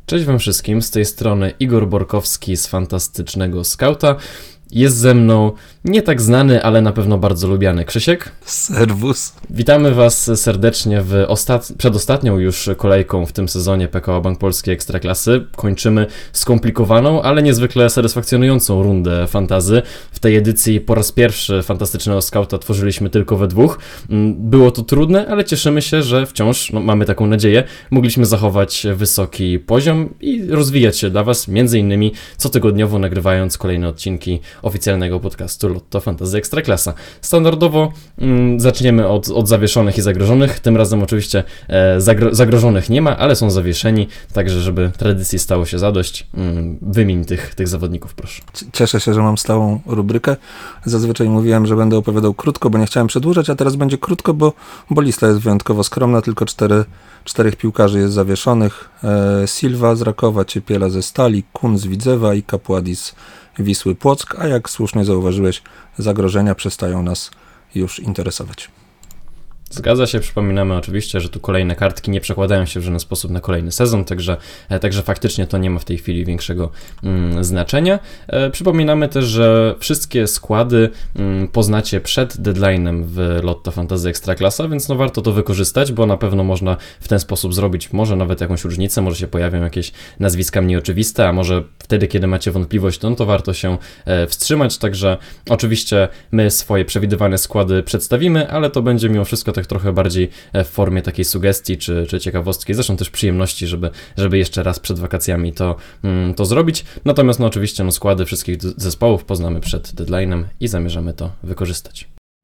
Cześć wam wszystkim, z tej strony Igor Borkowski z Fantastycznego Skauta. Jest ze mną nie tak znany, ale na pewno bardzo lubiany Krzysiek. Serwus. Witamy was serdecznie w przedostatnią już kolejką w tym sezonie PKO Bank Polski Ekstraklasy. Kończymy skomplikowaną, ale niezwykle satysfakcjonującą rundę fantasy. W tej edycji po raz pierwszy Fantastycznego Skauta tworzyliśmy tylko we dwóch. Było to trudne, ale cieszymy się, że wciąż, mamy taką nadzieję, mogliśmy zachować wysoki poziom i rozwijać się dla was, między innymi cotygodniowo nagrywając kolejne odcinki oficjalnego podcastu Lotto Fantasy Ekstraklasa. Standardowo zaczniemy od zawieszonych i zagrożonych. Tym razem oczywiście zagrożonych nie ma, ale są zawieszeni, także żeby tradycji stało się zadość, wymień tych zawodników, proszę. Cieszę się, że mam stałą rubrykę. Zazwyczaj mówiłem, że będę opowiadał krótko, bo nie chciałem przedłużać, a teraz będzie krótko, bo lista jest wyjątkowo skromna, tylko czterech piłkarzy jest zawieszonych. Silva z Rakowa, Ciepiela ze Stali, Kun z Widzewa i Kapładi z Wisły Płock, a jak słusznie zauważyłeś, zagrożenia przestają nas już interesować. Zgadza się, przypominamy oczywiście, że tu kolejne kartki nie przekładają się w żaden sposób na kolejny sezon, także faktycznie to nie ma w tej chwili większego znaczenia. Przypominamy też, że wszystkie składy poznacie przed deadline'em w Lotto Fantasy Ekstraklasa, więc warto to wykorzystać, bo na pewno można w ten sposób zrobić może nawet jakąś różnicę, może się pojawią jakieś nazwiska mniej oczywiste, a może wtedy, kiedy macie wątpliwość, to warto się wstrzymać, także oczywiście my swoje przewidywane składy przedstawimy, ale to będzie mimo wszystko tak trochę bardziej w formie takiej sugestii czy ciekawostki, zresztą też przyjemności, żeby jeszcze raz przed wakacjami to zrobić. Natomiast oczywiście składy wszystkich zespołów poznamy przed deadline'em i zamierzamy to wykorzystać.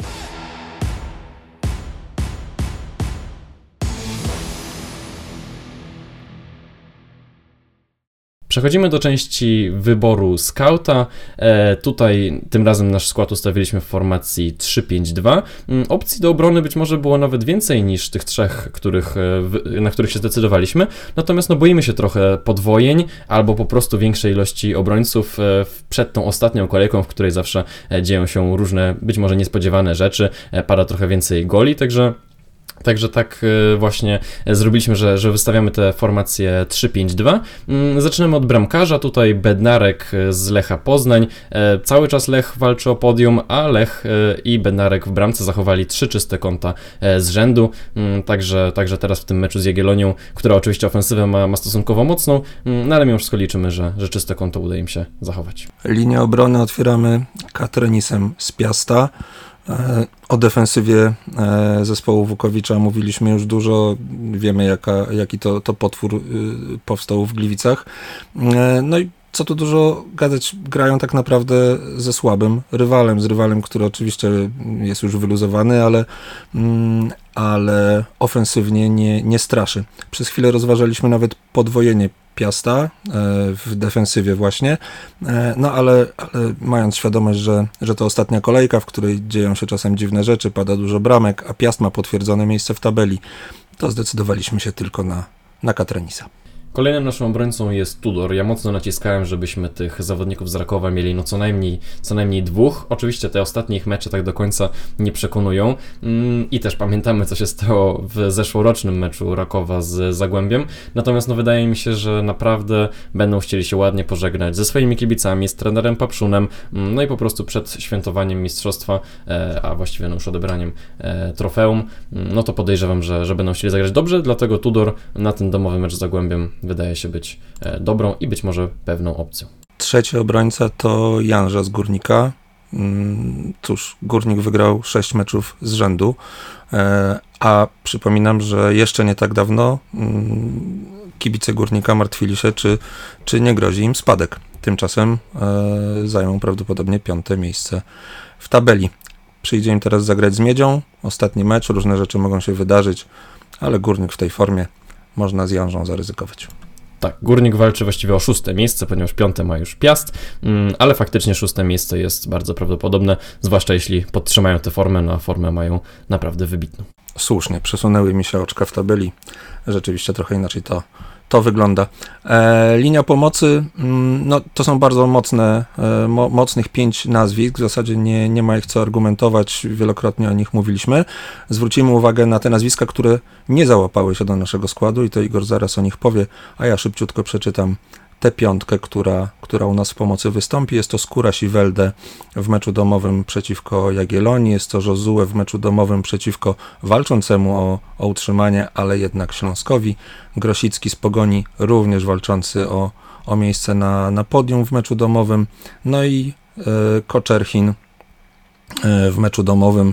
Przechodzimy do części wyboru skauta. Tutaj tym razem nasz skład ustawiliśmy w formacji 3-5-2. Opcji do obrony być może było nawet więcej niż tych trzech, na których się zdecydowaliśmy. Natomiast boimy się trochę podwojeń albo po prostu większej ilości obrońców przed tą ostatnią kolejką, w której zawsze dzieją się różne, być może niespodziewane rzeczy. Pada trochę więcej goli, Także tak właśnie zrobiliśmy, że wystawiamy tę formację 3-5-2. Zaczynamy od bramkarza, tutaj Bednarek z Lecha Poznań. Cały czas Lech walczy o podium, a Lech i Bednarek w bramce zachowali 3 czyste konta z rzędu. Także teraz w tym meczu z Jagiellonią, która oczywiście ofensywę ma stosunkowo mocną, ale mimo wszystko liczymy, że czyste konto uda im się zachować. Linię obrony otwieramy Katrenisem z Piasta. O defensywie zespołu Wukowicza mówiliśmy już dużo, wiemy jaki to potwór powstał w Gliwicach. No i co tu dużo gadać, grają tak naprawdę ze słabym rywalem, który oczywiście jest już wyluzowany, ale ofensywnie nie straszy. Przez chwilę rozważaliśmy nawet podwojenie Piasta w defensywie właśnie, ale mając świadomość, że to ostatnia kolejka, w której dzieją się czasem dziwne rzeczy, pada dużo bramek, a Piast ma potwierdzone miejsce w tabeli, to zdecydowaliśmy się tylko na Katrenisa. Kolejnym naszym obrońcą jest Tudor. Ja mocno naciskałem, żebyśmy tych zawodników z Rakowa mieli co najmniej dwóch. Oczywiście te ostatnie ich mecze tak do końca nie przekonują i też pamiętamy, co się stało w zeszłorocznym meczu Rakowa z Zagłębiem. Natomiast wydaje mi się, że naprawdę będą chcieli się ładnie pożegnać ze swoimi kibicami, z trenerem Papszunem, i po prostu przed świętowaniem mistrzostwa, a właściwie już odebraniem trofeum, to podejrzewam, że będą chcieli zagrać dobrze, dlatego Tudor na ten domowy mecz z Zagłębiem wydaje się być dobrą i być może pewną opcją. Trzeci obrońca to Janża z Górnika. Cóż, Górnik wygrał 6 meczów z rzędu, a przypominam, że jeszcze nie tak dawno kibice Górnika martwili się, czy nie grozi im spadek. Tymczasem zajmą prawdopodobnie 5. miejsce w tabeli. Przyjdzie im teraz zagrać z Miedzią. Ostatni mecz, różne rzeczy mogą się wydarzyć, ale Górnik w tej formie można z Janżą zaryzykować. Tak, Górnik walczy właściwie o 6. miejsce, ponieważ 5. ma już Piast, ale faktycznie 6. miejsce jest bardzo prawdopodobne, zwłaszcza jeśli podtrzymają tę formę, a formę mają naprawdę wybitną. Słusznie, przesunęły mi się oczka w tabeli. Rzeczywiście trochę inaczej to wygląda. Linia pomocy, no to są bardzo mocnych 5 nazwisk, w zasadzie nie ma ich co argumentować, wielokrotnie o nich mówiliśmy. Zwrócimy uwagę na te nazwiska, które nie załapały się do naszego składu i to Igor zaraz o nich powie, a ja szybciutko przeczytam tę piątkę, która u nas w pomocy wystąpi. Jest to Skóraś i Welde w meczu domowym przeciwko Jagiellonii, jest to Josue w meczu domowym przeciwko walczącemu o utrzymanie, ale jednak Śląskowi, Grosicki z Pogoni, również walczący o miejsce na podium w meczu domowym, no i Koczerchin w meczu domowym,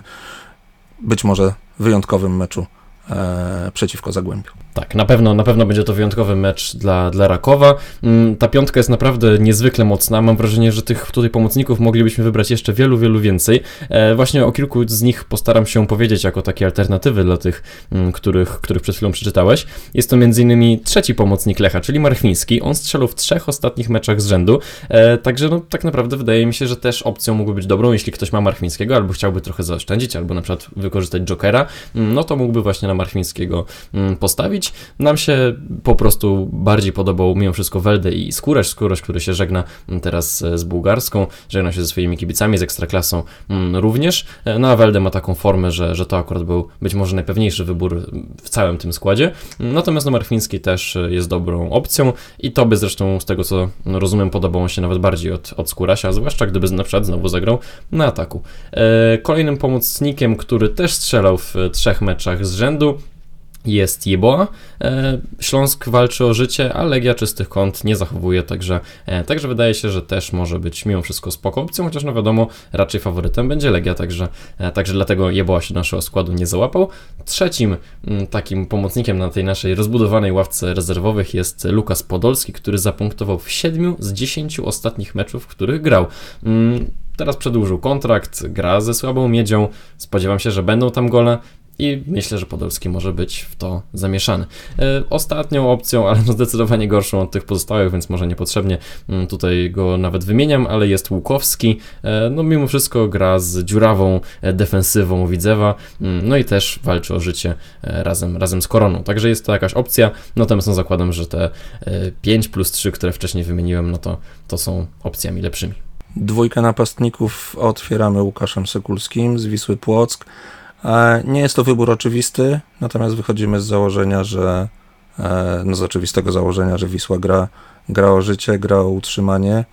być może wyjątkowym meczu przeciwko Zagłębiu. Tak, na pewno będzie to wyjątkowy mecz dla Rakowa. Ta piątka jest naprawdę niezwykle mocna. Mam wrażenie, że tych tutaj pomocników moglibyśmy wybrać jeszcze wielu więcej. Właśnie o kilku z nich postaram się powiedzieć jako takie alternatywy dla tych, których przed chwilą przeczytałeś. Jest to m.in. trzeci pomocnik Lecha, czyli Marchwiński. On strzelał w 3 ostatnich meczach z rzędu. Także no, tak naprawdę wydaje mi się, że też opcją mógłby być dobrą, jeśli ktoś ma Marchwińskiego albo chciałby trochę zaoszczędzić, albo na przykład wykorzystać jokera, no to mógłby właśnie na Marchwińskiego postawić. Nam się po prostu bardziej podobał mimo wszystko Welde i Skóraś, który się żegna teraz z Bułgarską, żegna się ze swoimi kibicami, z Ekstraklasą również, no a Welde ma taką formę, że to akurat był być może najpewniejszy wybór w całym tym składzie, natomiast Marchwiński też jest dobrą opcją i to by zresztą z tego co rozumiem podobało się nawet bardziej od Skórasia, zwłaszcza gdyby na przykład znowu zagrał na ataku. Kolejnym pomocnikiem, który też strzelał w 3 meczach z rzędu, jest Jeboa. Śląsk walczy o życie, a Legia czystych kąt nie zachowuje, także wydaje się, że też może być mimo wszystko spoko opcją, chociaż no wiadomo, raczej faworytem będzie Legia, także dlatego Jeboa się do naszego składu nie załapał. Trzecim takim pomocnikiem na tej naszej rozbudowanej ławce rezerwowych jest Lukas Podolski, który zapunktował w 7 z 10 ostatnich meczów, w których grał. Teraz przedłużył kontrakt, gra ze Słabą Miedzią, spodziewam się, że będą tam gole. I myślę, że Podolski może być w to zamieszany. Ostatnią opcją, ale no zdecydowanie gorszą od tych pozostałych, więc może niepotrzebnie tutaj go nawet wymieniam, ale jest Łukowski. No mimo wszystko gra z dziurawą defensywą Widzewa, no i też walczy o życie razem z Koroną. Także jest to jakaś opcja, natomiast no zakładam, że te 5 plus 3, które wcześniej wymieniłem, no to są opcjami lepszymi. 2 napastników otwieramy Łukaszem Sekulskim z Wisły Płock. Nie jest to wybór oczywisty, natomiast wychodzimy z założenia, z oczywistego założenia, że Wisła gra o życie, gra o utrzymanie.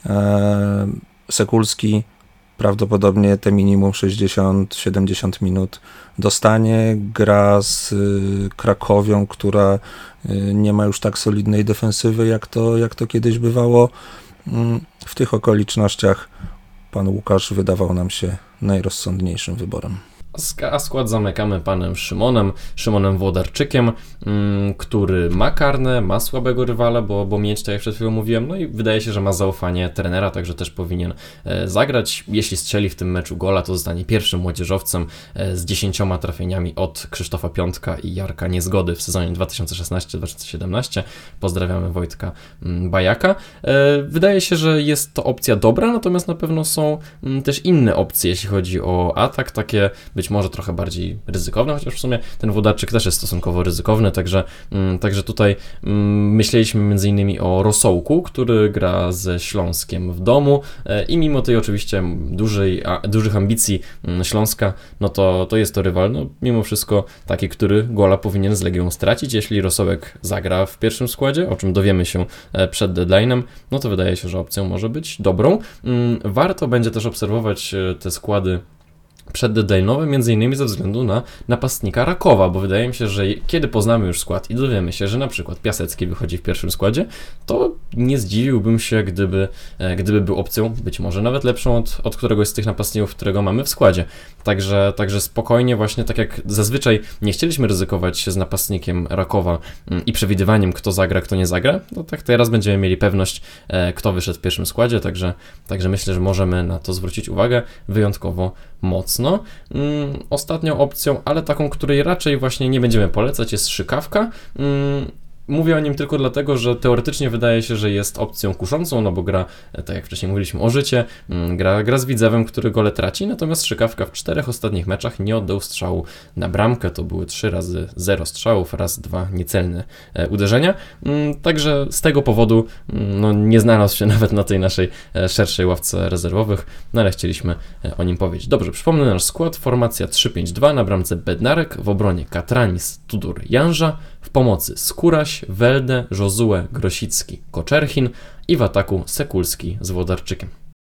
Sekulski prawdopodobnie te minimum 60-70 minut dostanie. Gra z Krakowią, która nie ma już tak solidnej defensywy, jak to kiedyś bywało. W tych okolicznościach pan Łukasz wydawał nam się najrozsądniejszym wyborem. A skład zamykamy panem Szymonem Włodarczykiem, który ma karne, ma słabego rywala, bo Miedź, tak jak przed chwilą mówiłem, no i wydaje się, że ma zaufanie trenera, także też powinien zagrać. Jeśli strzeli w tym meczu gola, to zostanie pierwszym młodzieżowcem z 10 trafieniami od Krzysztofa Piątka i Jarka Niezgody w sezonie 2016-2017. Pozdrawiamy Wojtka Bajaka. Wydaje się, że jest to opcja dobra, natomiast na pewno są też inne opcje, jeśli chodzi o atak, takie być może trochę bardziej ryzykowne, chociaż w sumie ten Włodarczyk też jest stosunkowo ryzykowny, także tutaj myśleliśmy m.in. o Rosołku, który gra ze Śląskiem w domu i mimo tej oczywiście dużych ambicji Śląska, no to jest to rywal, no mimo wszystko taki, który gola powinien z Legią stracić. Jeśli Rosołek zagra w pierwszym składzie, o czym dowiemy się przed deadline'em, no to wydaje się, że opcją może być dobrą. Warto będzie też obserwować te składy przeddeadline'owe, między innymi ze względu na napastnika Rakowa, bo wydaje mi się, że kiedy poznamy już skład i dowiemy się, że na przykład Piasecki wychodzi w pierwszym składzie, to nie zdziwiłbym się, gdyby był opcją być może nawet lepszą od któregoś z tych napastników, którego mamy w składzie. Także spokojnie właśnie, tak jak zazwyczaj nie chcieliśmy ryzykować z napastnikiem Rakowa i przewidywaniem, kto zagra, kto nie zagra, no tak teraz będziemy mieli pewność, kto wyszedł w pierwszym składzie, także myślę, że możemy na to zwrócić uwagę wyjątkowo mocno. Ostatnią opcją, ale taką, której raczej właśnie nie będziemy polecać, jest Szykawka. Mówię o nim tylko dlatego, że teoretycznie wydaje się, że jest opcją kuszącą, no bo gra, tak jak wcześniej mówiliśmy, o życie, gra z Widzewem, który gole traci, natomiast Strzykawka w 4 ostatnich meczach nie oddał strzału na bramkę, to były 3 razy 0 strzałów, raz 2 niecelne uderzenia, także z tego powodu no, nie znalazł się nawet na tej naszej szerszej ławce rezerwowych, no ale chcieliśmy o nim powiedzieć. Dobrze, przypomnę nasz skład, formacja 3-5-2, na bramce Bednarek, w obronie Katranis, Tudor, Janża, w pomocy Skóraś, Welde, Josue, Grosicki, Koczerchin i w ataku Sekulski z Włodarczykiem.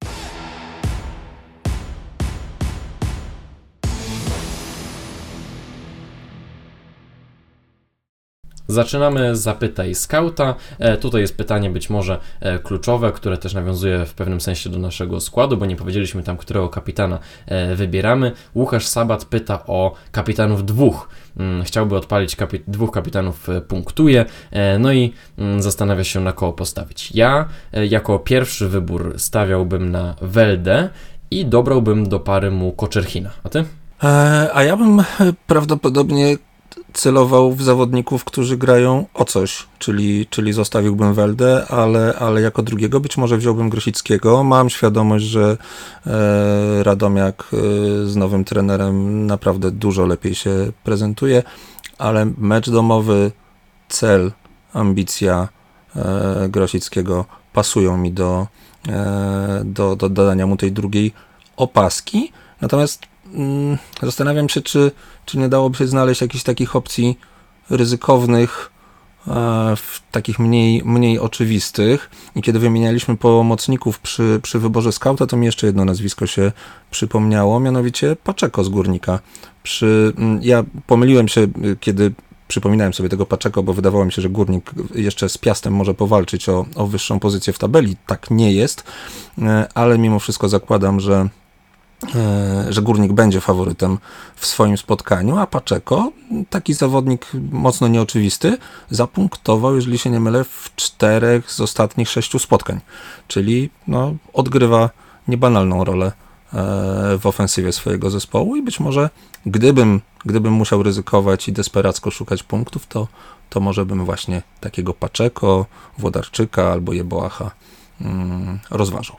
Zaczynamy z Zapytaj Skauta. Tutaj jest pytanie być może kluczowe, które też nawiązuje w pewnym sensie do naszego składu, bo nie powiedzieliśmy tam, którego kapitana wybieramy. Łukasz Sabat pyta o kapitanów dwóch. Chciałby odpalić dwóch kapitanów punktuje, no i zastanawia się, na kogo postawić. Ja jako pierwszy wybór stawiałbym na Weldę i dobrałbym do pary mu Koczerchina. A ty? A ja bym prawdopodobnie celował w zawodników, którzy grają o coś, czyli zostawiłbym Weldę, ale jako drugiego być może wziąłbym Grosickiego. Mam świadomość, że Radomiak z nowym trenerem naprawdę dużo lepiej się prezentuje, ale mecz domowy, cel, ambicja Grosickiego pasują mi do dodania mu tej drugiej opaski. Natomiast zastanawiam się, czy nie dałoby się znaleźć jakichś takich opcji ryzykownych, takich mniej oczywistych. I kiedy wymienialiśmy pomocników przy wyborze skauta, to mi jeszcze jedno nazwisko się przypomniało, mianowicie Paczeko z Górnika. Ja pomyliłem się, kiedy przypominałem sobie tego Paczeko, bo wydawało mi się, że Górnik jeszcze z Piastem może powalczyć o wyższą pozycję w tabeli. Tak nie jest, ale mimo wszystko zakładam, że Górnik będzie faworytem w swoim spotkaniu, a Paczeko, taki zawodnik mocno nieoczywisty, zapunktował, jeżeli się nie mylę, w 4 z ostatnich 6 spotkań, czyli no, odgrywa niebanalną rolę w ofensywie swojego zespołu i być może gdybym musiał ryzykować i desperacko szukać punktów, to może bym właśnie takiego Paczeko, Włodarczyka albo Jeboacha rozważał.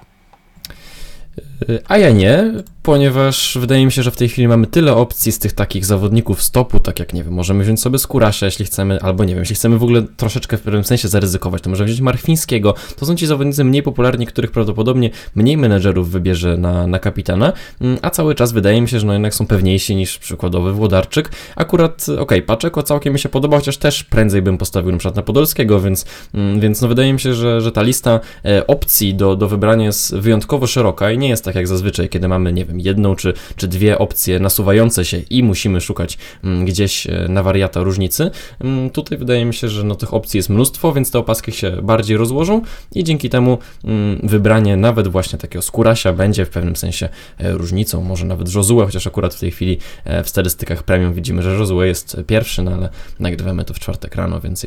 A ja nie, ponieważ wydaje mi się, że w tej chwili mamy tyle opcji z tych takich zawodników stopu, tak jak, nie wiem, możemy wziąć sobie Skórasia, jeśli chcemy, albo nie wiem, jeśli chcemy w ogóle troszeczkę w pewnym sensie zaryzykować, to możemy wziąć Marchwińskiego. To są ci zawodnicy mniej popularni, których prawdopodobnie mniej menedżerów wybierze na kapitana, a cały czas wydaje mi się, że no jednak są pewniejsi niż przykładowy Włodarczyk. Akurat, Paczeko całkiem mi się podoba, chociaż też prędzej bym postawił na przykład na Podolskiego, więc no wydaje mi się, że ta lista opcji do wybrania jest wyjątkowo szeroka i nie jest tak jak zazwyczaj, kiedy mamy, nie wiem, jedną czy dwie opcje nasuwające się i musimy szukać gdzieś na wariata różnicy. Tutaj wydaje mi się, że no, tych opcji jest mnóstwo, więc te opaski się bardziej rozłożą i dzięki temu wybranie nawet właśnie takiego Skórasia będzie w pewnym sensie różnicą, może nawet Josue, chociaż akurat w tej chwili w statystykach premium widzimy, że Josue jest pierwszy, no ale nagrywamy to w czwartek rano, więc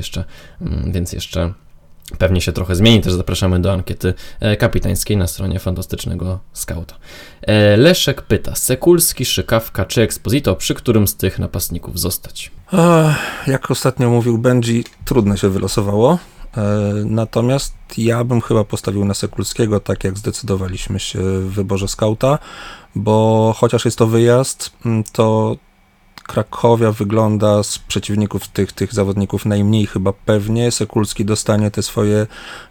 jeszcze pewnie się trochę zmieni, też zapraszamy do ankiety kapitańskiej na stronie Fantastycznego Skauta. Leszek pyta, Sekulski, Szykawka czy Exposito, przy którym z tych napastników zostać? Jak ostatnio mówił Benji, trudno się wylosowało, natomiast ja bym chyba postawił na Sekulskiego, tak jak zdecydowaliśmy się w wyborze Skauta, bo chociaż jest to wyjazd, to Krakowia wygląda z przeciwników tych zawodników najmniej chyba pewnie. Sekulski dostanie te swoje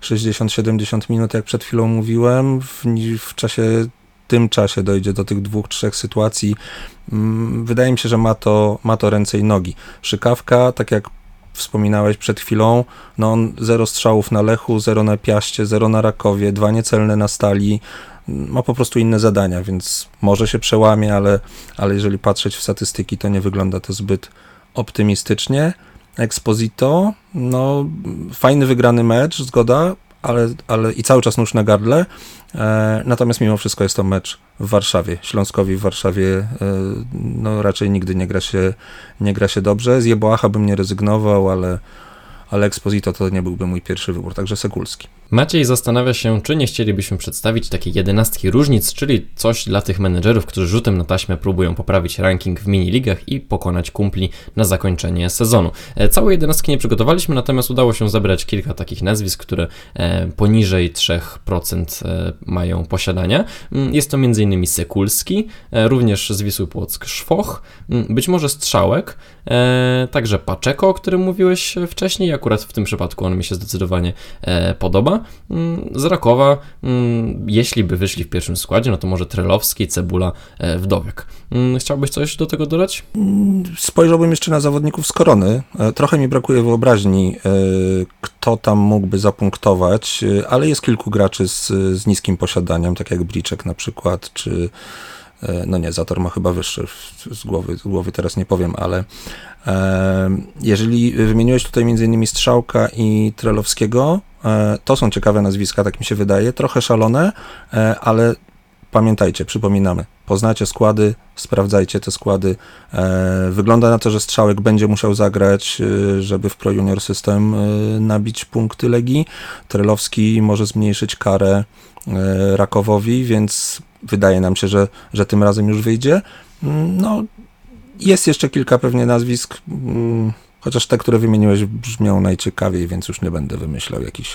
60-70 minut, jak przed chwilą mówiłem. W tym czasie dojdzie do tych 2-3 sytuacji. Wydaje mi się, że ma to ręce i nogi. Szykawka, tak jak wspominałeś przed chwilą, no on 0 strzałów na Lechu, 0 na Piaście, 0 na Rakowie, 2 niecelne na Stali. Ma po prostu inne zadania, więc może się przełamie, ale jeżeli patrzeć w statystyki, to nie wygląda to zbyt optymistycznie. Exposito, no fajny wygrany mecz, zgoda, ale i cały czas nóż na gardle, natomiast mimo wszystko jest to mecz w Warszawie. Śląskowi w Warszawie no raczej nigdy nie gra się dobrze. Z Jeboacha bym nie rezygnował, ale Exposito to nie byłby mój pierwszy wybór, także Sekulski. Maciej zastanawia się, czy nie chcielibyśmy przedstawić takiej 11 różnic, czyli coś dla tych menedżerów, którzy rzutem na taśmę próbują poprawić ranking w miniligach i pokonać kumpli na zakończenie sezonu. Całej 11 nie przygotowaliśmy, natomiast udało się zebrać kilka takich nazwisk, które poniżej 3% mają posiadania. Jest to m.in. Sekulski, również z Wisły Płock Szwoch, być może Strzałek, także Paczeko, o którym mówiłeś wcześniej, akurat w tym przypadku on mi się zdecydowanie podoba. Z Rakowa, jeśli by wyszli w pierwszym składzie, no to może Trelowski, Cebula, Wdowiak. Chciałbyś coś do tego dodać? Spojrzałbym jeszcze na zawodników z Korony. Trochę mi brakuje wyobraźni, kto tam mógłby zapunktować, ale jest kilku graczy z niskim posiadaniem, tak jak Briczek na przykład, czy no nie, Zator ma chyba wyższy, z głowy teraz nie powiem, ale jeżeli wymieniłeś tutaj m.in. Strzałka i Trelowskiego, to są ciekawe nazwiska, tak mi się wydaje, trochę szalone, ale pamiętajcie, przypominamy, poznacie składy, sprawdzajcie te składy. Wygląda na to, że Strzałek będzie musiał zagrać, żeby w Pro Junior System nabić punkty Legii. Trelowski może zmniejszyć karę Rakowowi, więc wydaje nam się, że tym razem już wyjdzie. No, jest jeszcze kilka pewnie nazwisk, chociaż te, które wymieniłeś, brzmią najciekawiej, więc już nie będę wymyślał jakichś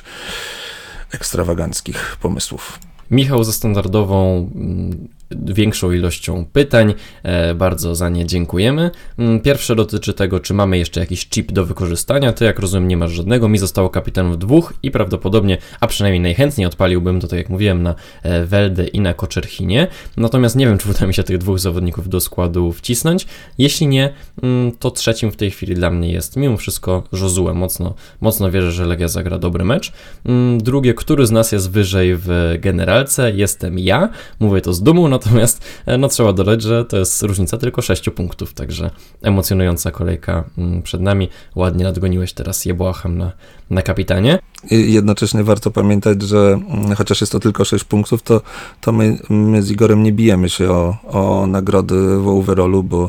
ekstrawaganckich pomysłów. Michał ze standardową większą ilością pytań, bardzo za nie dziękujemy. Pierwsze dotyczy tego, czy mamy jeszcze jakiś chip do wykorzystania. Ty, jak rozumiem, nie masz żadnego, mi zostało kapitanów 2 i prawdopodobnie, a przynajmniej najchętniej odpaliłbym to, tak jak mówiłem, na Weldę i na Koczerchinie. Natomiast nie wiem, czy uda mi się tych 2 zawodników do składu wcisnąć. Jeśli nie, to trzecim w tej chwili dla mnie jest mimo wszystko Josue. Mocno wierzę, że Legia zagra dobry mecz. Drugie, który z nas jest wyżej w generalce? Jestem ja. Mówię to z dumą, natomiast no, trzeba dodać, że to jest różnica tylko 6 punktów, także emocjonująca kolejka przed nami. Ładnie nadgoniłeś teraz Jebłachem na kapitanie. I jednocześnie warto pamiętać, że chociaż jest to tylko 6 punktów, to my z Igorem nie bijemy się o nagrody w overallu, bo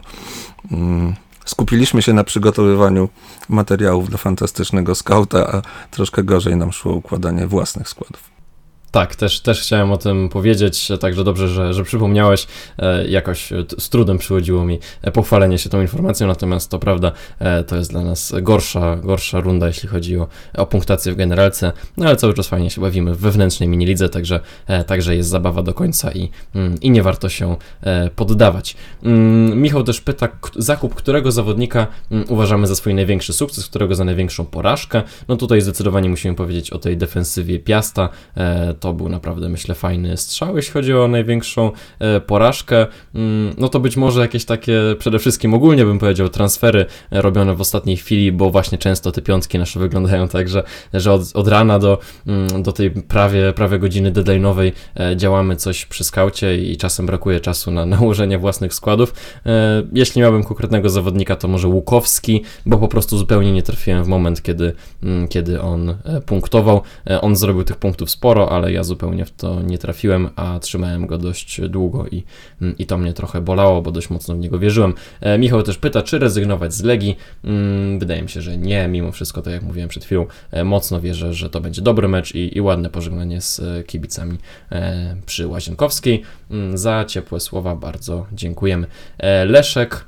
skupiliśmy się na przygotowywaniu materiałów dla fantastycznego skauta, a troszkę gorzej nam szło układanie własnych składów. Tak, też chciałem o tym powiedzieć, także dobrze, że przypomniałeś, jakoś z trudem przychodziło mi pochwalenie się tą informacją, natomiast to prawda, to jest dla nas gorsza runda, jeśli chodzi o punktację w generalce, no ale cały czas fajnie się bawimy w wewnętrznej minilidze, także jest zabawa do końca i nie warto się poddawać. Michał też pyta, zakup którego zawodnika uważamy za swój największy sukces, którego za największą porażkę. No tutaj zdecydowanie musimy powiedzieć o tej defensywie Piasta. To był naprawdę, myślę, fajny strzał, jeśli chodzi o największą porażkę. No to być może jakieś takie, przede wszystkim ogólnie bym powiedział, transfery robione w ostatniej chwili, bo właśnie często te piątki nasze wyglądają tak, że od rana do tej prawie godziny deadline'owej działamy coś przy skaucie i czasem brakuje czasu na nałożenie własnych składów. Jeśli miałbym konkretnego zawodnika, to może Łukowski, bo po prostu zupełnie nie trafiłem w moment, kiedy on punktował. On zrobił tych punktów sporo, ale ja zupełnie w to nie trafiłem, a trzymałem go dość długo i to mnie trochę bolało, bo dość mocno w niego wierzyłem. Michał też pyta, czy rezygnować z Legii. Wydaje mi się, że nie, mimo wszystko, tak jak mówiłem przed chwilą, mocno wierzę, że to będzie dobry mecz i ładne pożegnanie z kibicami przy Łazienkowskiej. Za ciepłe słowa bardzo dziękujemy. Leszek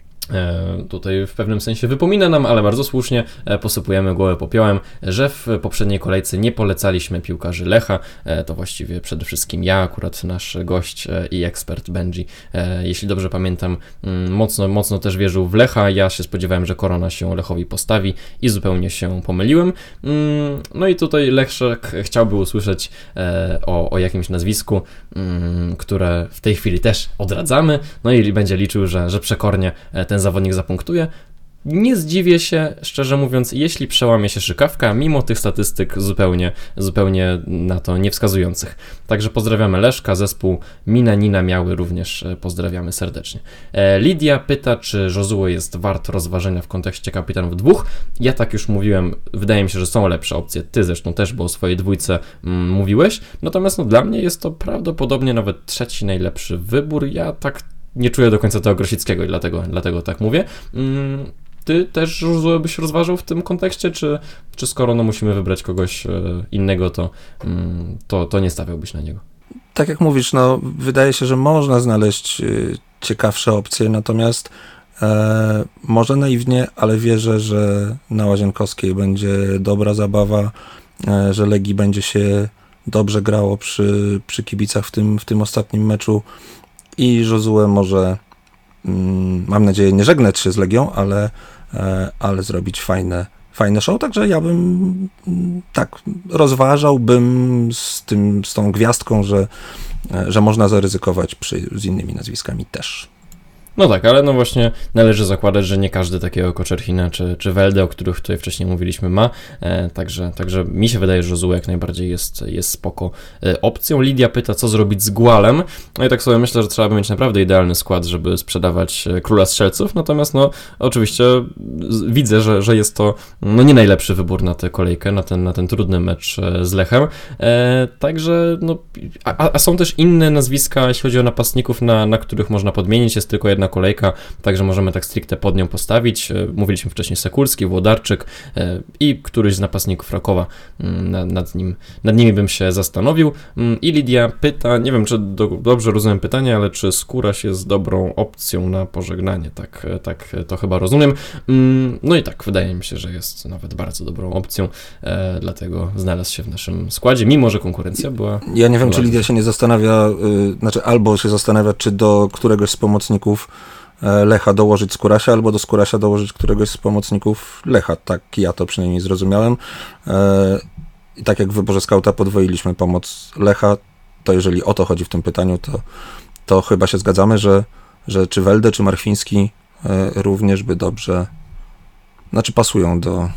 tutaj w pewnym sensie wypomina nam, ale bardzo słusznie, posypujemy głowę popiołem, że w poprzedniej kolejce nie polecaliśmy piłkarzy Lecha, to właściwie przede wszystkim ja, akurat nasz gość i ekspert Benji, jeśli dobrze pamiętam, mocno też wierzył w Lecha, ja się spodziewałem, że Korona się Lechowi postawi i zupełnie się pomyliłem. No i tutaj Leszek chciałby usłyszeć o jakimś nazwisku, które w tej chwili też odradzamy, no i będzie liczył, że przekornie ten zawodnik zapunktuje. Nie zdziwię się, szczerze mówiąc, jeśli przełamie się Szykawka, mimo tych statystyk zupełnie na to nie wskazujących. Także pozdrawiamy Leszka, zespół Mina Nina Miały również pozdrawiamy serdecznie. Lidia pyta, czy Josue jest wart rozważenia w kontekście kapitanów 2. Ja tak już mówiłem, wydaje mi się, że są lepsze opcje. Ty zresztą też, bo o swojej dwójce mówiłeś. Natomiast dla mnie jest to prawdopodobnie nawet trzeci najlepszy wybór. Ja tak nie czuję do końca tego Grosickiego i dlatego tak mówię. ty też byś rozważył w tym kontekście, czy skoro musimy wybrać kogoś innego, to nie stawiałbyś na niego? Tak jak mówisz, wydaje się, że można znaleźć ciekawsze opcje, natomiast może naiwnie, ale wierzę, że na Łazienkowskiej będzie dobra zabawa, że Legii będzie się dobrze grało przy kibicach w tym ostatnim meczu i Josue może, mam nadzieję, nie żegnać się z Legią, ale zrobić fajne show, także ja bym rozważałbym z tą gwiazdką, że można zaryzykować z innymi nazwiskami też. No tak, ale właśnie należy zakładać, że nie każdy takiego Koczerhina czy Welde, o których tutaj wcześniej mówiliśmy, ma, także mi się wydaje, że Josue jak najbardziej jest spoko opcją. Lidia pyta, co zrobić z Gualem, no i tak sobie myślę, że trzeba by mieć naprawdę idealny skład, żeby sprzedawać Króla Strzelców, natomiast oczywiście widzę, że jest to nie najlepszy wybór na tę kolejkę, na ten trudny mecz z Lechem, także a są też inne nazwiska, jeśli chodzi o napastników, na których można podmienić, jest tylko jedna kolejka, także możemy tak stricte pod nią postawić. Mówiliśmy wcześniej Sekulski, Włodarczyk i któryś z napastników Rakowa. Nad nimi bym się zastanowił. I Lidia pyta, nie wiem, czy dobrze rozumiem pytanie, ale czy Skóraś jest dobrą opcją na pożegnanie? Tak to chyba rozumiem. No i tak, wydaje mi się, że jest nawet bardzo dobrą opcją, dlatego znalazł się w naszym składzie, mimo że konkurencja była... Ja nie wiem, czy Lidia się nie zastanawia, albo się zastanawia, czy do któregoś z pomocników Lecha dołożyć Skórasia, albo do Skórasia dołożyć któregoś z pomocników Lecha. Tak ja to przynajmniej zrozumiałem. I tak jak w wyborze skauta podwoiliśmy pomoc Lecha, to jeżeli o to chodzi w tym pytaniu, to chyba się zgadzamy, że czy Welde, czy Marchwiński również by dobrze, pasują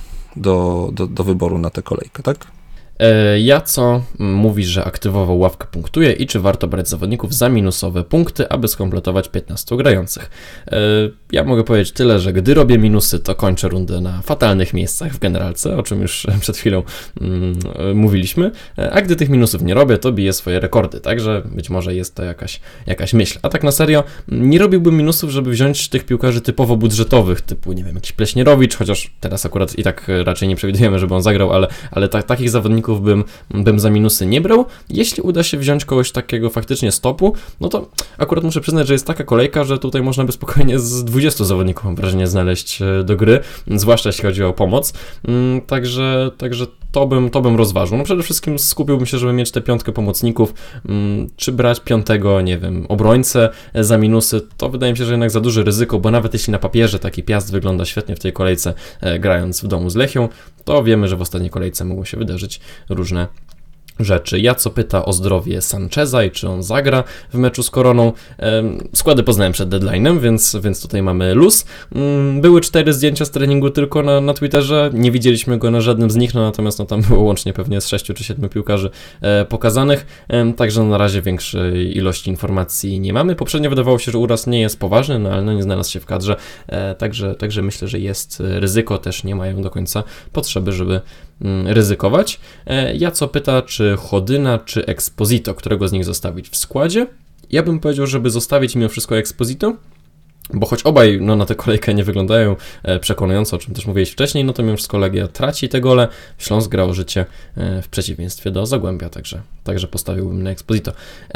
do wyboru na tę kolejkę, tak? Jaco mówi, że aktywował ławkę punktuje i czy warto brać zawodników za minusowe punkty, aby skompletować 15 grających. Ja mogę powiedzieć tyle, że gdy robię minusy, to kończę rundę na fatalnych miejscach w generalce, o czym już przed chwilą mówiliśmy, a gdy tych minusów nie robię, to biję swoje rekordy, także być może jest to jakaś myśl. A tak na serio, nie robiłbym minusów, żeby wziąć tych piłkarzy typowo budżetowych, typu, nie wiem, jakiś Pleśnierowicz, chociaż teraz akurat i tak raczej nie przewidujemy, żeby on zagrał, ale takich zawodników bym za minusy nie brał. Jeśli uda się wziąć kogoś takiego faktycznie z topu, no to akurat muszę przyznać, że jest taka kolejka, że tutaj można by spokojnie z 20 zawodników, mam wrażenie, znaleźć do gry, zwłaszcza jeśli chodzi o pomoc. Także to bym rozważył. Przede wszystkim skupiłbym się, żeby mieć tę piątkę pomocników, czy brać piątego, nie wiem, obrońcę za minusy, to wydaje mi się, że jednak za duże ryzyko, bo nawet jeśli na papierze taki Piast wygląda świetnie w tej kolejce, grając w domu z Lechią, to wiemy, że w ostatniej kolejce mogło się wydarzyć różne rzeczy. Jaco pyta o zdrowie Sancheza i czy on zagra w meczu z Koroną. Składy poznałem przed deadline'em, więc tutaj mamy luz. Były 4 zdjęcia z treningu tylko na Twitterze, nie widzieliśmy go na żadnym z nich, natomiast tam było łącznie pewnie z 6 czy 7 piłkarzy pokazanych, także na razie większej ilości informacji nie mamy. Poprzednio wydawało się, że uraz nie jest poważny, ale nie znalazł się w kadrze, także myślę, że jest ryzyko, też nie mają do końca potrzeby, żeby ryzykować. Jaco pyta, czy Chodyna, czy Exposito, którego z nich zostawić w składzie? Ja bym powiedział, żeby zostawić mimo wszystko Exposito, bo choć obaj na tę kolejkę nie wyglądają przekonująco, o czym też mówiłeś wcześniej, to mimo wszystko Legia traci te gole, Śląsk grał życie w przeciwieństwie do Zagłębia, także postawiłbym na Exposito.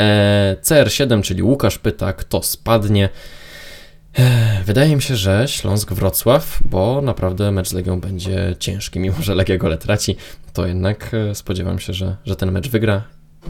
CR7, czyli Łukasz pyta, kto spadnie. Wydaje mi się, że Śląsk-Wrocław, bo naprawdę mecz z Legią będzie ciężki, mimo że Legia gole traci, to jednak spodziewam się, że ten mecz wygra.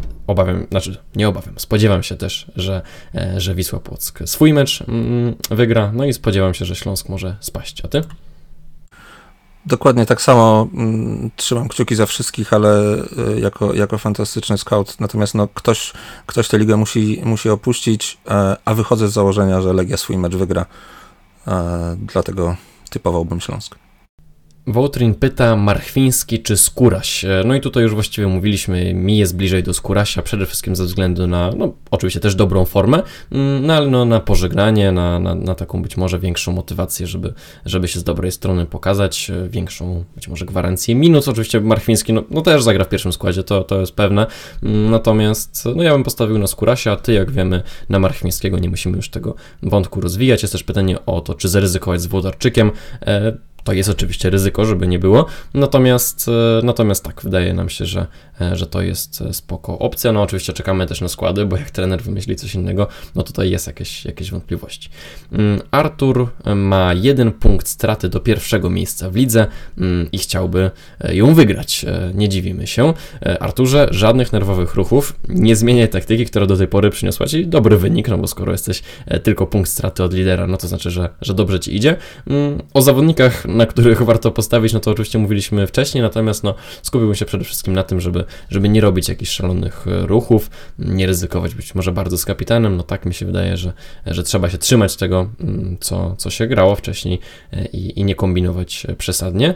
Spodziewam się też, że Wisła Płock swój mecz wygra, no i spodziewam się, że Śląsk może spaść. A ty? Dokładnie tak samo. Trzymam kciuki za wszystkich, ale jako fantastyczny scout. Natomiast ktoś tę ligę musi opuścić, a wychodzę z założenia, że Legia swój mecz wygra. Dlatego typowałbym Śląsk. Wołtrin pyta, Marchwiński czy Skóraś? No i tutaj już właściwie mówiliśmy, mi jest bliżej do Skórasia, przede wszystkim ze względu na, no oczywiście też dobrą formę, no ale no, na pożegnanie, na taką być może większą motywację, żeby się z dobrej strony pokazać, większą być może gwarancję minut. Oczywiście Marchwiński no też zagra w pierwszym składzie, to jest pewne, natomiast no ja bym postawił na Skórasia, a ty jak wiemy na Marchwińskiego, nie musimy już tego wątku rozwijać. Jest też pytanie o to, czy zaryzykować z Włodarczykiem. To jest oczywiście ryzyko, żeby nie było, natomiast tak, wydaje nam się, że to jest spoko opcja. No oczywiście czekamy też na składy, bo jak trener wymyśli coś innego, no tutaj jest jakieś wątpliwości. Artur ma 1 punkt straty do pierwszego miejsca w lidze i chciałby ją wygrać. Nie dziwimy się. Arturze, żadnych nerwowych ruchów, nie zmieniaj taktyki, która do tej pory przyniosła Ci dobry wynik, no bo skoro jesteś tylko punkt straty od lidera, no to znaczy, że dobrze Ci idzie. O zawodnikach, na których warto postawić, no to oczywiście mówiliśmy wcześniej, natomiast no skupiłbym się przede wszystkim na tym, żeby nie robić jakichś szalonych ruchów, nie ryzykować być może bardzo z kapitanem, no tak mi się wydaje, że trzeba się trzymać tego, co się grało wcześniej i nie kombinować przesadnie.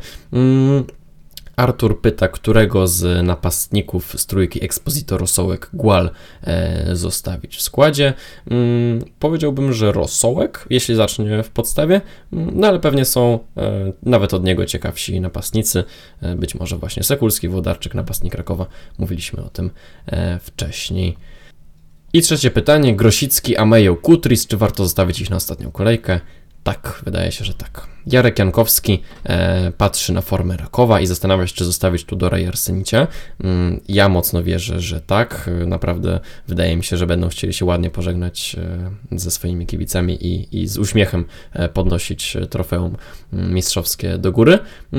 Artur pyta, którego z napastników z trójki Exposito, Rosołek, Gual zostawić w składzie. Powiedziałbym, że Rosołek, jeśli zacznie w podstawie, no ale pewnie są nawet od niego ciekawsi napastnicy, być może właśnie Sekulski, Włodarczyk, napastnik Krakowa, mówiliśmy o tym wcześniej. I trzecie pytanie, Grosicki, Amejo, Kutris, czy warto zostawić ich na ostatnią kolejkę? Tak, wydaje się, że tak. Jarek Jankowski patrzy na formę Rakowa i zastanawia się, czy zostawić Tudora i Arsenicia. Ja mocno wierzę, że tak. Naprawdę wydaje mi się, że będą chcieli się ładnie pożegnać ze swoimi kibicami i z uśmiechem podnosić trofeum mistrzowskie do góry.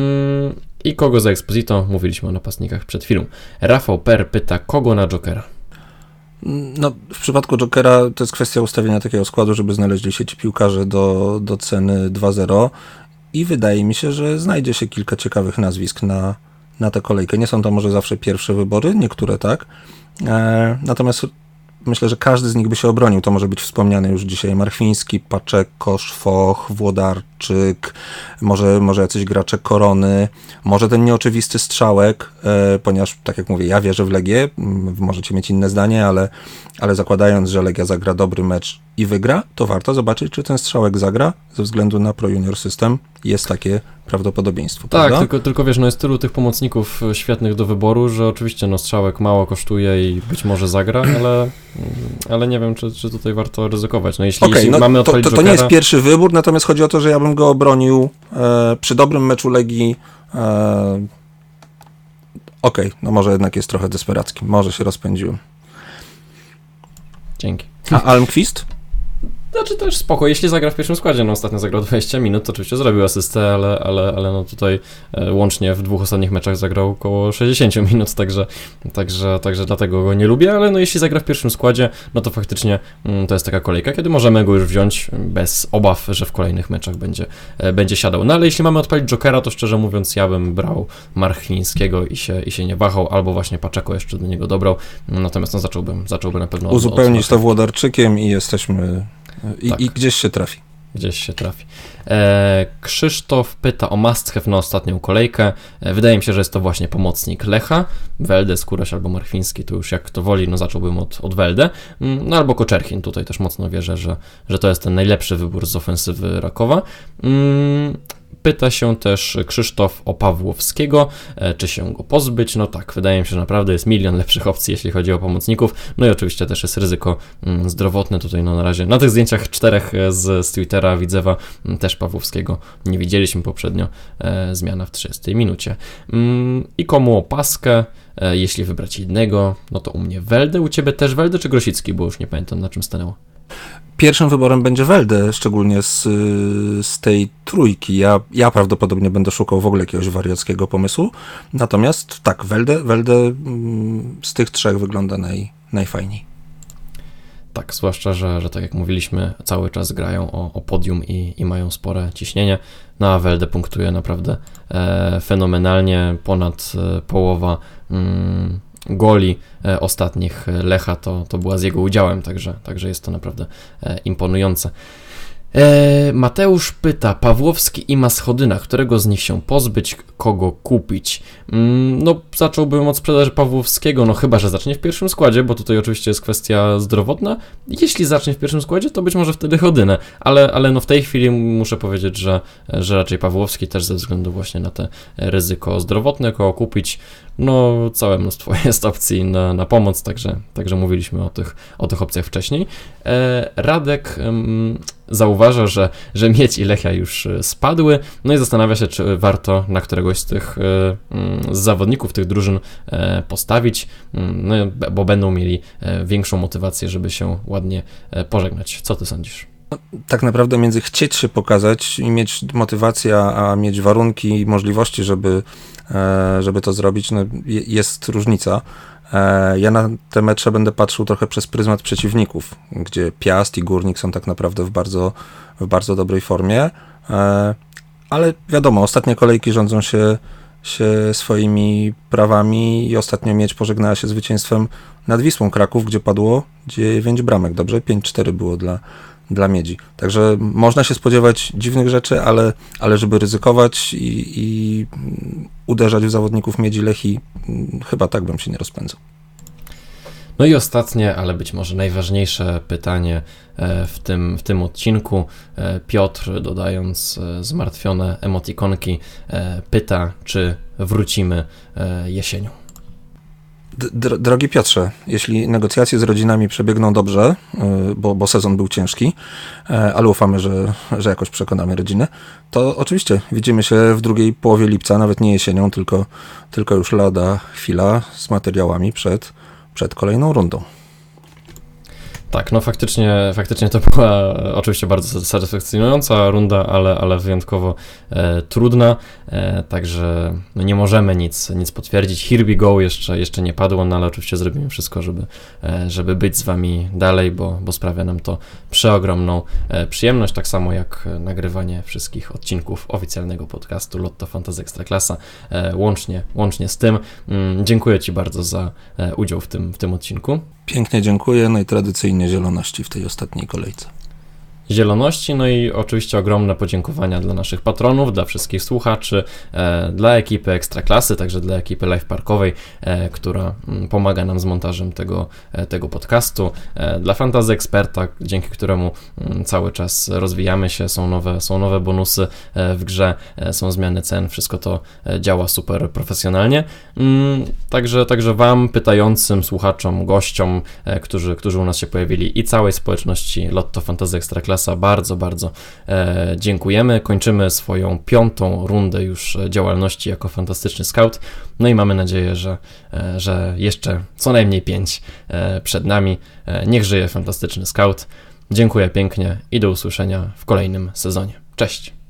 I kogo za Exposito? Mówiliśmy o napastnikach przed chwilą. Rafał Per pyta, kogo na Jokera? No, w przypadku Jokera to jest kwestia ustawienia takiego składu, żeby znaleźli się ci piłkarze do ceny 2-0 i wydaje mi się, że znajdzie się kilka ciekawych nazwisk na tę kolejkę. Nie są to może zawsze pierwsze wybory, niektóre tak, natomiast myślę, że każdy z nich by się obronił. To może być wspomniany już dzisiaj Marchwiński, Paczeko, Szwoch, Włodarczyk, może jacyś gracze Korony, może ten nieoczywisty Strzałek, ponieważ, tak jak mówię, ja wierzę w Legię, możecie mieć inne zdanie, ale zakładając, że Legia zagra dobry mecz i wygra, to warto zobaczyć, czy ten Strzałek zagra, ze względu na Pro Junior System jest takie prawdopodobieństwo. Tak, prawda? tylko wiesz, no jest tylu tych pomocników świetnych do wyboru, że oczywiście no Strzałek mało kosztuje i być może zagra, ale nie wiem, czy tutaj warto ryzykować. No jeśli no mamy odpalić to nie jest pierwszy wybór, natomiast chodzi o to, że ja bym go obronił przy dobrym meczu Legii. No może jednak jest trochę desperacki, może się rozpędziłem. Dzięki. A Almqvist? Znaczy też spoko, jeśli zagra w pierwszym składzie, no ostatnio zagrał 20 minut, to oczywiście zrobił asystę, ale no tutaj łącznie w 2 ostatnich meczach zagrał około 60 minut, także dlatego go nie lubię, ale no jeśli zagra w pierwszym składzie, no to faktycznie to jest taka kolejka, kiedy możemy go już wziąć bez obaw, że w kolejnych meczach będzie siadał. No ale jeśli mamy odpalić Jokera, to szczerze mówiąc ja bym brał Marchwińskiego i się nie wahał, albo właśnie Paczeko jeszcze do niego dobrał, natomiast no zacząłbym na pewno uzupełnić to Włodarczykiem i jesteśmy... Tak. I gdzieś się trafi. Krzysztof pyta o must have na ostatnią kolejkę. Wydaje mi się, że jest to właśnie pomocnik Lecha. Welde, Skóraś albo Marchwiński, to już jak kto woli, no zacząłbym od Welde. No albo Koczerchin, tutaj też mocno wierzę, że to jest ten najlepszy wybór z ofensywy Rakowa. Pyta się też Krzysztof o Pawłowskiego, czy się go pozbyć. No tak, wydaje mi się, że naprawdę jest milion lepszych opcji, jeśli chodzi o pomocników. No i oczywiście też jest ryzyko zdrowotne. Tutaj no na razie na tych zdjęciach 4 z Twittera Widzewa też Pawłowskiego nie widzieliśmy poprzednio. Zmiana w 30 minucie. I komu opaskę? Jeśli wybrać jednego, no to u mnie Welde, u Ciebie też Welde czy Grosicki, bo już nie pamiętam, na czym stanęło. Pierwszym wyborem będzie Welde, szczególnie z tej trójki. Ja prawdopodobnie będę szukał w ogóle jakiegoś wariackiego pomysłu. Natomiast tak, Welde z tych 3 wygląda najfajniej. Tak, zwłaszcza, że tak jak mówiliśmy, cały czas grają o podium i mają spore ciśnienie. No a Welde punktuje naprawdę fenomenalnie, ponad połowa goli ostatnich Lecha to była z jego udziałem, także jest to naprawdę imponujące. Mateusz pyta, Pawłowski i Maschodyna, którego z nich się pozbyć, kogo kupić? No, zacząłbym od sprzedaży Pawłowskiego, no chyba że zacznie w pierwszym składzie, bo tutaj oczywiście jest kwestia zdrowotna. Jeśli zacznie w pierwszym składzie, to być może wtedy Chodynę, ale no w tej chwili muszę powiedzieć, że raczej Pawłowski też ze względu właśnie na te ryzyko zdrowotne, kogo kupić. No, całe mnóstwo jest opcji na pomoc, także mówiliśmy o tych opcjach wcześniej. Radek zauważa, że Miedź i Lechia już spadły, no i zastanawia się, czy warto na któregoś z tych z zawodników tych drużyn postawić, no, bo będą mieli większą motywację, żeby się ładnie pożegnać. Co ty sądzisz? Tak naprawdę między chcieć się pokazać i mieć motywację, a mieć warunki i możliwości, żeby to zrobić, no jest różnica. Ja na te mecze będę patrzył trochę przez pryzmat przeciwników, gdzie Piast i Górnik są tak naprawdę w bardzo dobrej formie, ale wiadomo, ostatnie kolejki rządzą się swoimi prawami i ostatnio Miedź pożegnała się zwycięstwem nad Wisłą Kraków, gdzie padło 9 bramek, dobrze? 5-4 było dla Miedzi. Także można się spodziewać dziwnych rzeczy, ale żeby ryzykować i uderzać w zawodników Miedzi Lechii, chyba tak bym się nie rozpędzał. No i ostatnie, ale być może najważniejsze pytanie w tym odcinku. Piotr, dodając zmartwione emotikonki, pyta, czy wrócimy jesienią. Drogi Piotrze, jeśli negocjacje z rodzinami przebiegną dobrze, bo sezon był ciężki, ale ufamy, że jakoś przekonamy rodziny, to oczywiście widzimy się w drugiej połowie lipca, nawet nie jesienią, tylko już lada chwila z materiałami przed kolejną rundą. Tak, no faktycznie to była oczywiście bardzo satysfakcjonująca runda, ale wyjątkowo trudna, także no nie możemy nic potwierdzić. Here we go jeszcze nie padło, no ale oczywiście zrobimy wszystko, żeby być z wami dalej, bo sprawia nam to przeogromną przyjemność, tak samo jak nagrywanie wszystkich odcinków oficjalnego podcastu Lotto Fantasy Ekstraklasa, łącznie z tym. Dziękuję Ci bardzo za udział w tym odcinku. Pięknie dziękuję, no i tradycyjnie zieloności w tej ostatniej kolejce. Zieloności, no i oczywiście ogromne podziękowania dla naszych patronów, dla wszystkich słuchaczy, dla ekipy Ekstraklasy, także dla ekipy Live Parkowej, która pomaga nam z montażem tego podcastu, dla Fantasy Eksperta, dzięki któremu cały czas rozwijamy się, są nowe bonusy w grze, są zmiany cen, wszystko to działa super profesjonalnie. Także Wam, pytającym, słuchaczom, gościom, którzy u nas się pojawili i całej społeczności Lotto Fantasy Ekstraklasa bardzo dziękujemy. Kończymy swoją 5. rundę już działalności jako Fantastyczny Scout. No i mamy nadzieję, że jeszcze co najmniej 5 przed nami. Niech żyje Fantastyczny Scout. Dziękuję pięknie i do usłyszenia w kolejnym sezonie. Cześć!